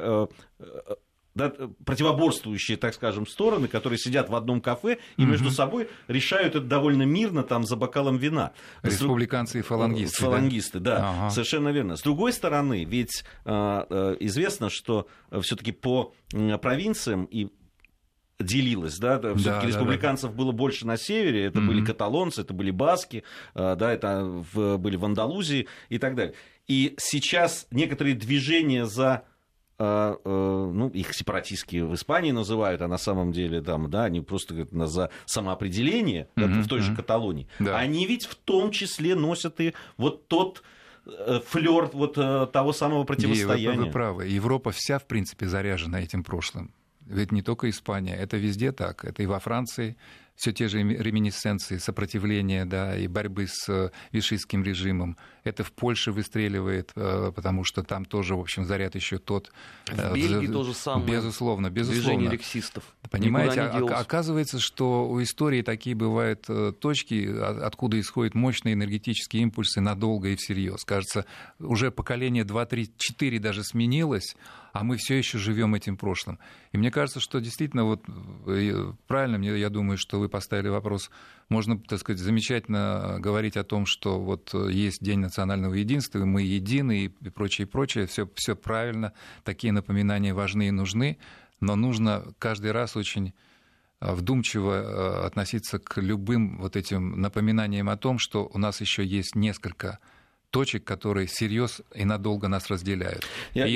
Speaker 1: противоборствующие, так скажем, стороны, которые сидят в одном кафе и между собой решают это довольно мирно там, за бокалом вина.
Speaker 2: Республиканцы и фалангисты.
Speaker 1: Фалангисты, да, совершенно верно. С другой стороны, ведь известно, что все-таки по провинциям и делилось, все-таки республиканцев было больше на севере, это были каталонцы, это были баски, это были в Андалузии и так далее. И сейчас некоторые движения за их сепаратистские в Испании называют, а на самом деле они просто говорят за самоопределение в той же Каталонии. Они ведь в том числе носят и вот тот флёр того самого противостояния.
Speaker 2: Вы правы. Европа вся, в принципе, заряжена этим прошлым. Ведь не только Испания, это везде так. Это и во Франции все те же реминисценции сопротивления, и борьбы с вишистским режимом. Это в Польше выстреливает, потому что там тоже, в общем, заряд еще тот.
Speaker 3: В Бельгии то же самое.
Speaker 2: Безусловно.
Speaker 3: Движение лексистов.
Speaker 2: Понимаете, оказывается, что у истории такие бывают точки, откуда исходят мощные энергетические импульсы надолго и всерьез. Кажется, уже поколение 2, 3, 4 даже сменилось, а мы все еще живем этим прошлым. И мне кажется, что действительно, правильно, я думаю, что вы поставили вопрос, можно, так сказать, замечательно говорить о том, что есть День национального единства, и мы едины, и прочее, все правильно, такие напоминания важны и нужны, но нужно каждый раз очень вдумчиво относиться к любым этим напоминаниям о том, что у нас еще есть несколько точек, которые всерьез и надолго нас разделяют.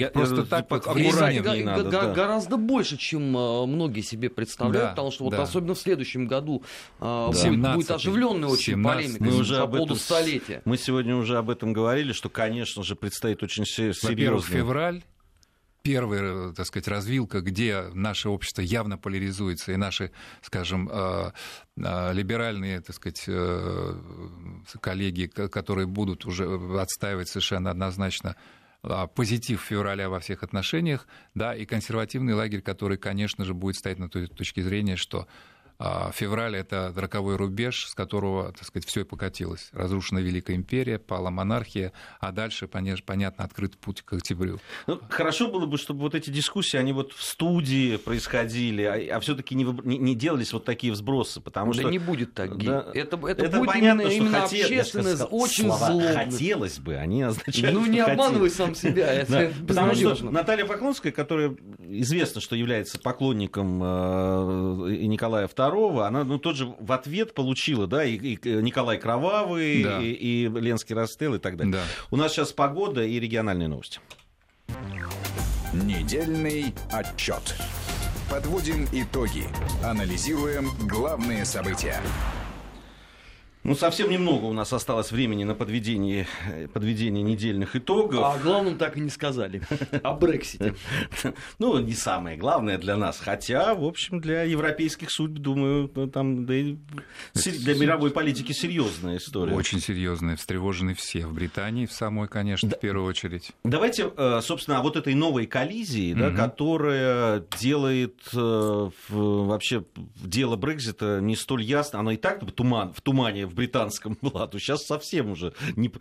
Speaker 3: Гораздо больше, чем многие себе представляют, потому что особенно в следующем году будет оживленная очень полемика по поводу столетия.
Speaker 1: Мы сегодня уже об этом говорили, что, конечно же, предстоит очень серьезно.
Speaker 2: Во-первых, февраль, первая, так сказать, развилка, где наше общество явно поляризуется, и наши, скажем, либеральные, так сказать, коллеги, которые будут уже отстаивать совершенно однозначно позитив февраля во всех отношениях, да, и консервативный лагерь, который, конечно же, будет стоять на той точке зрения, что февраль — это роковой рубеж, с которого, так сказать, все и покатилось. Разрушена Великая империя, пала монархия, а дальше, понятно, открыт путь к октябрю.
Speaker 1: Ну, хорошо было бы, чтобы вот эти дискуссии, они вот в студии происходили, а все-таки не делались вот такие взбросы, потому что...
Speaker 3: Да не будет так,
Speaker 1: да,
Speaker 3: это будет
Speaker 1: понятно,
Speaker 3: именно общественность, очень злобно.
Speaker 1: «Хотелось бы», они означают,
Speaker 3: ну, не обманывай сам себя.
Speaker 1: Да, потому что Наталья Поклонская, которая известно, что является поклонником Николая II, она тоже в ответ получила, да, и Николай Кровавый, да, и Ленский расстрел и так далее. Да. У нас сейчас погода и региональные новости.
Speaker 4: Недельный отчет. Подводим итоги. Анализируем главные события.
Speaker 1: Ну, совсем немного у нас осталось времени на подведение недельных итогов.
Speaker 3: А о главном так и не сказали. О Брексите.
Speaker 1: Ну, не самое главное для нас. Хотя, в общем, для европейских судеб, думаю, там да и для мировой политики серьезная история.
Speaker 2: Очень серьезная. Встревожены все. В Британии, в самой, конечно, в первую очередь.
Speaker 1: Давайте, собственно, о вот этой новой коллизии, да, которая делает вообще дело Брексита не столь ясно. Оно и так в тумане в британском ладу. Сейчас совсем уже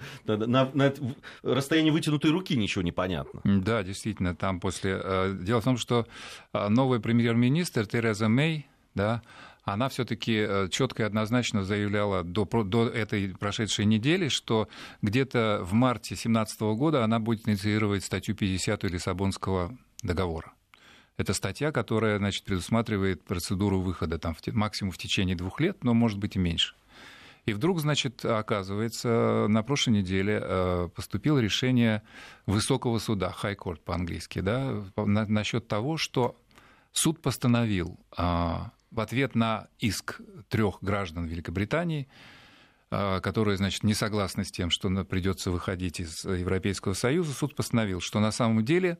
Speaker 1: на расстоянии вытянутой руки ничего не понятно.
Speaker 2: Да, действительно, там после... Дело в том, что новый премьер-министр Тереза Мэй, да, она все-таки четко и однозначно заявляла до этой прошедшей недели, что где-то в марте 2017 года она будет инициировать статью 50 Лиссабонского договора. Это статья, которая, значит, предусматривает процедуру выхода там, максимум в течение 2 лет, но может быть и меньше. И вдруг, значит, оказывается, на прошлой неделе поступило решение Высокого суда, High Court по-английски, да, насчет того, что суд постановил в ответ на иск 3 граждан Великобритании, которые, значит, не согласны с тем, что придется выходить из Европейского Союза, суд постановил, что на самом деле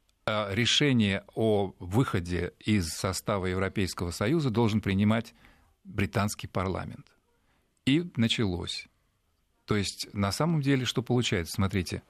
Speaker 2: решение о выходе из состава Европейского Союза должен принимать британский парламент. И началось. То есть, на самом деле, что получается? Смотрите,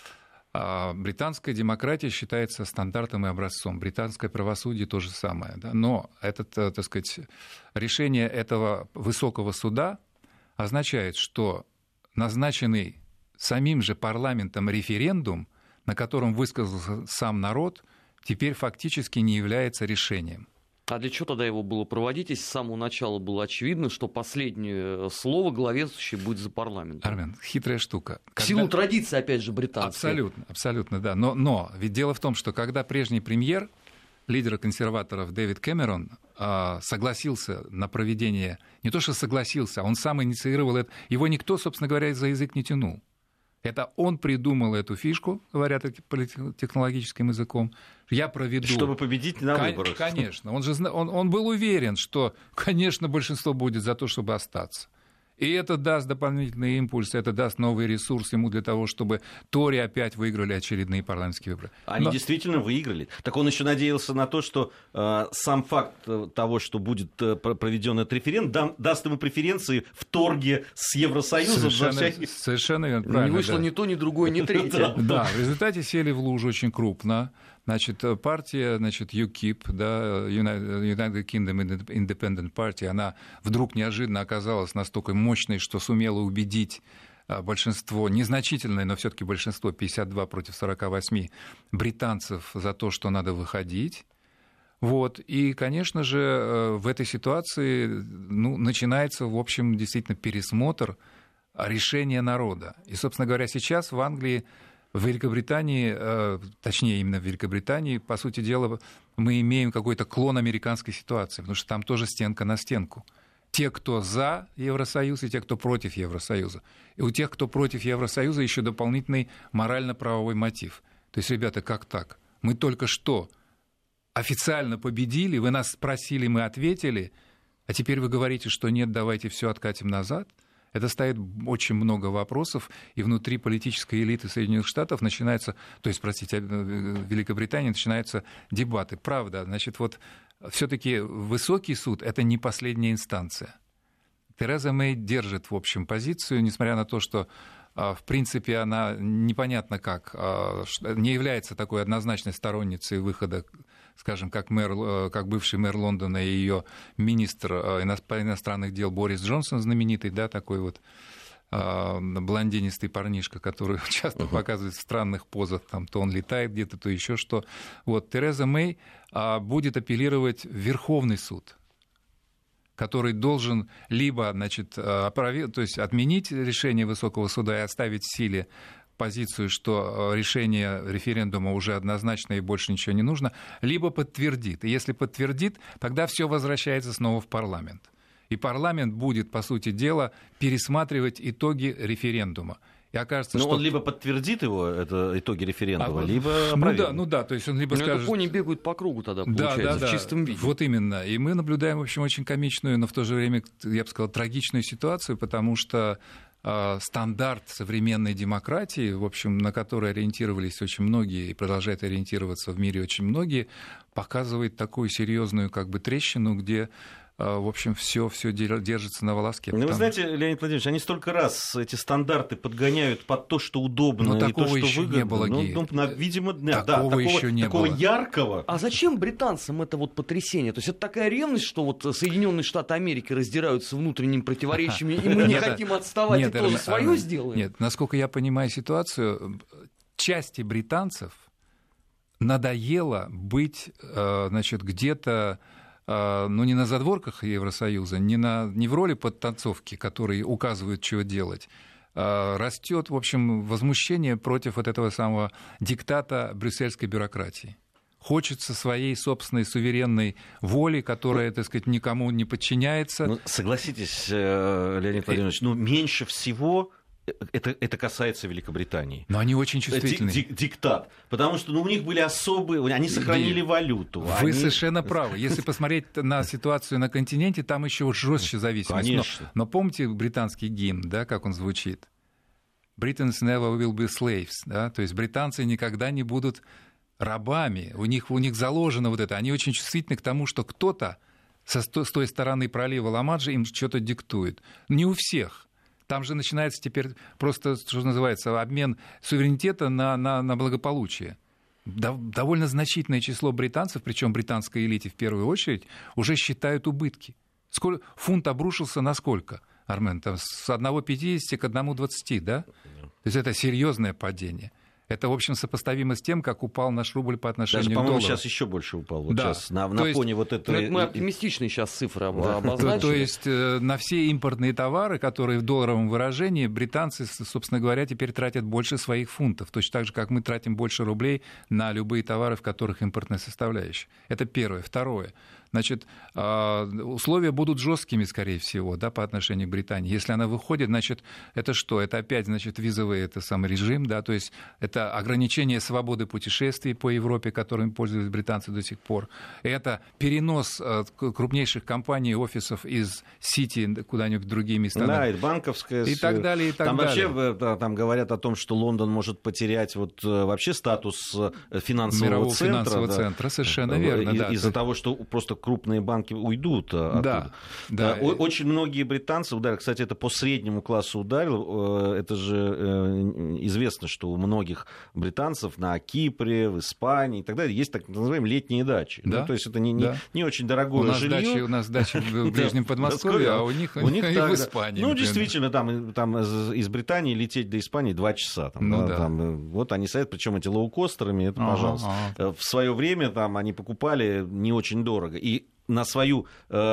Speaker 2: британская демократия считается стандартом и образцом. Британское правосудие то же самое. Да? Но это, так сказать, решение этого высокого суда означает, что назначенный самим же парламентом референдум, на котором высказался сам народ, теперь фактически не является решением.
Speaker 3: А для чего тогда его было проводить, если с самого начала было очевидно, что последнее слово главенствующее будет за парламентом?
Speaker 2: Армен, хитрая штука.
Speaker 3: В силу традиции, опять же, британской.
Speaker 2: Абсолютно, абсолютно, да. Но ведь дело в том, что когда прежний премьер, лидер консерваторов Дэвид Кэмерон, согласился на проведение, не то что согласился, а он сам инициировал это, его никто, собственно говоря, за язык не тянул. Это он придумал эту фишку, говоря политтехнологическим языком. Я проведу...
Speaker 1: Чтобы победить на выборах.
Speaker 2: Конечно. Он был уверен, что, конечно, большинство будет за то, чтобы остаться. И это даст дополнительный импульс, это даст новый ресурс ему для того, чтобы Тори опять выиграли очередные парламентские выборы.
Speaker 1: Они действительно выиграли. Так он еще надеялся на то, что сам факт того, что будет проведен этот референдум, даст ему преференции в торге с Евросоюзом.
Speaker 2: Совершенно верно.
Speaker 3: Не вышло ни то, ни другое, ни третье.
Speaker 2: Да, в результате сели в лужу очень крупно. Значит, партия, UKIP, да, United Kingdom Independent Party, она вдруг неожиданно оказалась настолько мощной, что сумела убедить большинство, незначительное, но все-таки большинство, 52 против 48 британцев за то, что надо выходить. Вот. И, конечно же, в этой ситуации начинается, в общем, действительно пересмотр решения народа. И, собственно говоря, сейчас в Англии, в Великобритании, точнее, именно в Великобритании, по сути дела, мы имеем какой-то клон американской ситуации, потому что там тоже стенка на стенку. Те, кто за Евросоюз, и те, кто против Евросоюза. И у тех, кто против Евросоюза, еще дополнительный морально-правовой мотив. То есть, ребята, как так? Мы только что официально победили, вы нас спросили, мы ответили, а теперь вы говорите, что нет, давайте все откатим назад. Это ставит очень много вопросов, и внутри политической элиты Соединенных Штатов начинаются, то есть, простите, Великобритании начинаются дебаты. Правда, значит, вот все-таки высокий суд — это не последняя инстанция. Тереза Мэй держит, в общем, позицию, несмотря на то, что, в принципе, она непонятно как, не является такой однозначной сторонницей выхода, скажем, как бывший мэр Лондона и ее министр иностранных дел Борис Джонсон, знаменитый, да, такой вот блондинистый парнишка, который часто показывает в странных позах, там, то он летает где-то, то еще что. Вот, Тереза Мэй будет апеллировать в Верховный суд, который должен либо, значит, то есть отменить решение Высокого суда и оставить в силе позицию, что решение референдума уже однозначно и больше ничего не нужно, либо подтвердит. И если подтвердит, тогда все возвращается снова в парламент. И парламент будет, по сути дела, пересматривать итоги референдума. И окажется, что...
Speaker 1: он либо подтвердит его, это итоги референдума, либо опровергнет.
Speaker 2: Ну да, то есть он либо скажет...
Speaker 3: Это кони бегают по кругу тогда, получается, в чистом виде.
Speaker 2: Вот именно. И мы наблюдаем, в общем, очень комичную, но в то же время, я бы сказал, трагичную ситуацию, потому что стандарт современной демократии, в общем, на который ориентировались очень многие и продолжают ориентироваться в мире очень многие, показывает такую серьезную как бы трещину, где, в общем, все держится на волоске.
Speaker 1: Вы знаете, Леонид Владимирович, они столько раз эти стандарты подгоняют под то, что удобно, и то, что выгодно.
Speaker 2: Не было,
Speaker 1: видимо,
Speaker 2: такого еще не
Speaker 1: такого
Speaker 2: было.
Speaker 1: Яркого.
Speaker 3: А зачем британцам это вот потрясение? То есть это такая ревность, что вот Соединенные Штаты Америки раздираются внутренними противоречиями, и мы не хотим отставать, и тоже свое сделаем?
Speaker 2: Нет, насколько я понимаю ситуацию, части британцев надоело быть, значит, где-то, ну, не на задворках Евросоюза, не в роли подтанцовки, которые указывают, чего делать. Растет, в общем, возмущение против вот этого самого диктата брюссельской бюрократии. Хочется своей собственной суверенной воли, которая, так сказать, никому не подчиняется.
Speaker 1: Ну, согласитесь, Леонид Владимирович, меньше всего... Это касается Великобритании.
Speaker 2: Но они очень чувствительны.
Speaker 1: Диктат. Потому что у них были особые... Они сохранили валюту.
Speaker 2: Вы совершенно правы. Если посмотреть на ситуацию на континенте, там еще жестче зависимость.
Speaker 1: Конечно.
Speaker 2: Но помните британский гимн, да, как он звучит? Britons never will be slaves. Да? То есть британцы никогда не будут рабами. У них заложено вот это. Они очень чувствительны к тому, что кто-то с той стороны пролива Ла-Манша им что-то диктует. Не у всех. Там же начинается теперь просто, что называется, обмен суверенитета на благополучие. Довольно значительное число британцев, причем британской элите в первую очередь, уже считают убытки. Фунт обрушился на сколько, Армен? Там с 1,50 к 1,20, да? То есть это серьезное падение. Это, в общем, сопоставимо с тем, как упал наш рубль по отношению к доллару.
Speaker 1: Даже, по-моему, сейчас еще больше упал. Вот
Speaker 2: да.
Speaker 1: сейчас на фоне вот этого...
Speaker 3: Мы оптимистичные сейчас цифры обозначили.
Speaker 2: То есть на все импортные товары, которые в долларовом выражении, британцы, собственно говоря, теперь тратят больше своих фунтов. Точно так же, как мы тратим больше рублей на любые товары, в которых импортная составляющая. Это первое. Второе. Значит, условия будут жесткими, скорее всего, да, по отношению к Британии. Если она выходит, значит, это что? Это опять, значит, визовый самый режим, да, то есть это ограничение свободы путешествий по Европе, которым пользуются британцы до сих пор. Это перенос крупнейших компаний, офисов из Сити куда-нибудь в другие места.
Speaker 1: Да, и банковская...
Speaker 2: И так далее, и так далее.
Speaker 1: Вообще там говорят о том, что Лондон может потерять вообще статус финансового
Speaker 2: мирового
Speaker 1: центра.
Speaker 2: Финансового центра, совершенно верно.
Speaker 1: Из-за того, что просто крупные банки уйдут оттуда.
Speaker 2: Да.
Speaker 1: Очень многие британцы ударили. Кстати, это по среднему классу ударил. Это же известно, что у многих британцев на Кипре, в Испании и так далее есть так называемые летние дачи.
Speaker 2: Да?
Speaker 1: То есть это не очень дорогое жилье.
Speaker 2: У нас дачи в Ближнем Подмосковье, а у них и в Испании.
Speaker 1: Ну, действительно, там из Британии лететь до Испании 2 часа. Вот они садятся, причем эти лоукостерами, это пожалуйста. В свое время там они покупали не очень дорого. И на свою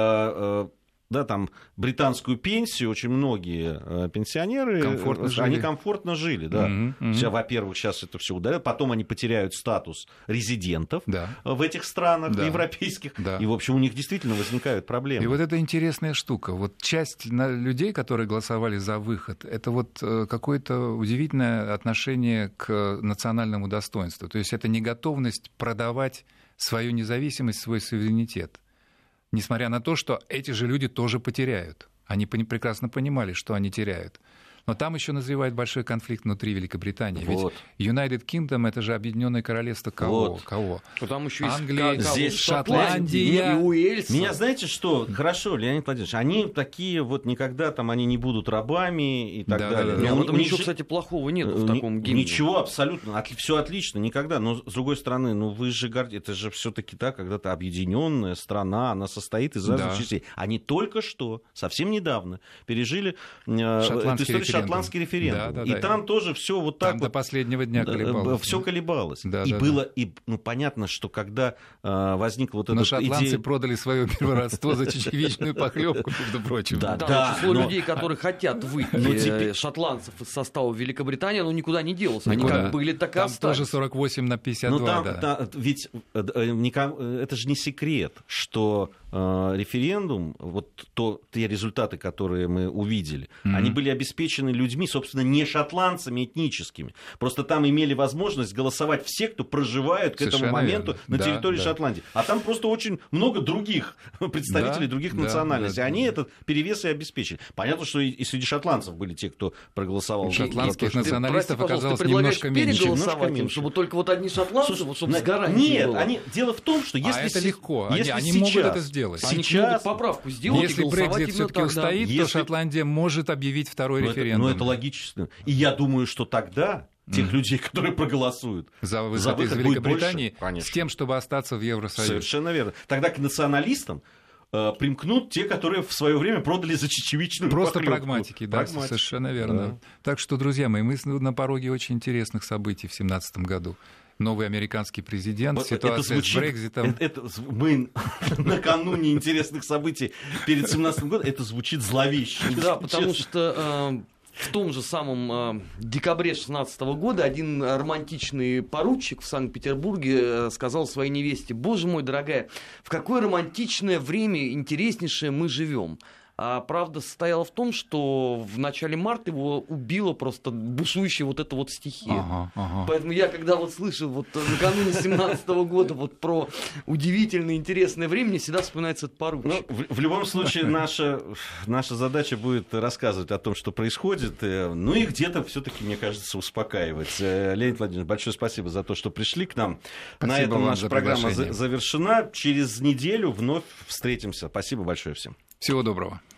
Speaker 1: британскую пенсию очень многие пенсионеры комфортно жили. Да. Во-первых, сейчас это все удаляют, потом они потеряют статус резидентов в этих странах европейских, и, в общем, у них действительно возникают проблемы.
Speaker 2: И вот это интересная штука. Вот часть людей, которые голосовали за выход, это вот какое-то удивительное отношение к национальному достоинству. То есть это неготовность продавать свою независимость, свой суверенитет. Несмотря на то, что эти же люди тоже потеряют. Они прекрасно понимали, что они теряют. Но там еще назревает большой конфликт внутри Великобритании.
Speaker 1: Вот.
Speaker 2: Ведь United Kingdom — это же Объединенное Королевство кого?
Speaker 1: Вот.
Speaker 2: Кого?
Speaker 3: Там еще
Speaker 2: Англия,
Speaker 3: здесь
Speaker 2: Шотландия.
Speaker 3: И Уэльс.
Speaker 1: Меня, знаете что, хорошо, Леонид Владимирович, они такие вот никогда там, они не будут рабами и так далее.
Speaker 3: Да.
Speaker 1: Но
Speaker 3: В этом ничего, кстати, плохого нет в таком гимне.
Speaker 1: Ничего, абсолютно, все отлично, никогда. Но, с другой стороны, вы же это же все-таки когда-то объединенная страна, она состоит из разных частей. Они только что, совсем недавно, пережили шотландский референдум. Там тоже все вот так
Speaker 2: там вот до последнего дня колебалось.
Speaker 1: Все колебалось.
Speaker 2: Да.
Speaker 1: Понятно, что когда возникла вот эта идея...
Speaker 2: Но шотландцы продали свое первородство за чечевичную похлебку, между прочим.
Speaker 3: Да, число людей, которые хотят выйти шотландцев из состава Великобритании, оно никуда не делось. Они как были, так и остались.
Speaker 2: Там тоже 48-52,
Speaker 1: ведь это же не секрет, что референдум, вот те результаты, которые мы увидели, они были обеспечены людьми, собственно, не шотландцами этническими. Просто там имели возможность голосовать все, кто проживают к этому моменту на территории Шотландии. А там просто очень много других представителей других национальностей. Они этот перевес и обеспечили. Понятно, что и среди шотландцев были те, кто проголосовал.
Speaker 2: Шотландских националистов оказалось немножко меньше.
Speaker 3: Чтобы только вот одни шотландцы, чтобы с гарантией было.
Speaker 1: Нет, дело в том, что если...
Speaker 2: это легко, они могут это сделать.
Speaker 3: Они могут поправку сделать.
Speaker 2: Если Брексит все-таки устоит, то Шотландия может объявить второй референдум.
Speaker 1: Ну, это логично. И я думаю, что тогда тех людей, которые проголосуют
Speaker 2: за выход из Великобритании, с тем, чтобы остаться в Евросоюзе.
Speaker 1: Совершенно верно. Тогда к националистам примкнут те, которые в свое время продали за чечевичную
Speaker 2: Просто
Speaker 1: похлебку.
Speaker 2: Прагматики, да, совершенно верно. Да. Так что, друзья мои, мы на пороге очень интересных событий в 2017 году. Новый американский президент, вот ситуация с Брекситом.
Speaker 1: Мы накануне интересных событий перед 2017 годом, это звучит зловеще.
Speaker 3: Да, потому что в том же самом декабре 2016 года один романтичный поручик в Санкт-Петербурге сказал своей невесте: «Боже мой, дорогая, в какое романтичное время интереснейшее мы живем». А правда состояла в том, что в начале марта его убила просто бушующая вот эта вот стихия. Поэтому я, когда вот слышал вот накануне 2017 года вот про удивительное, интересное время, мне всегда вспоминается этот поручик.
Speaker 1: В любом случае, наша задача будет рассказывать о том, что происходит, ну и где-то все-таки, мне кажется, успокаивать. Леонид Владимирович, большое спасибо за то, что пришли к нам.
Speaker 2: Спасибо.
Speaker 1: На этом наша программа завершена. Через неделю вновь встретимся. Спасибо большое всем.
Speaker 2: Всего доброго.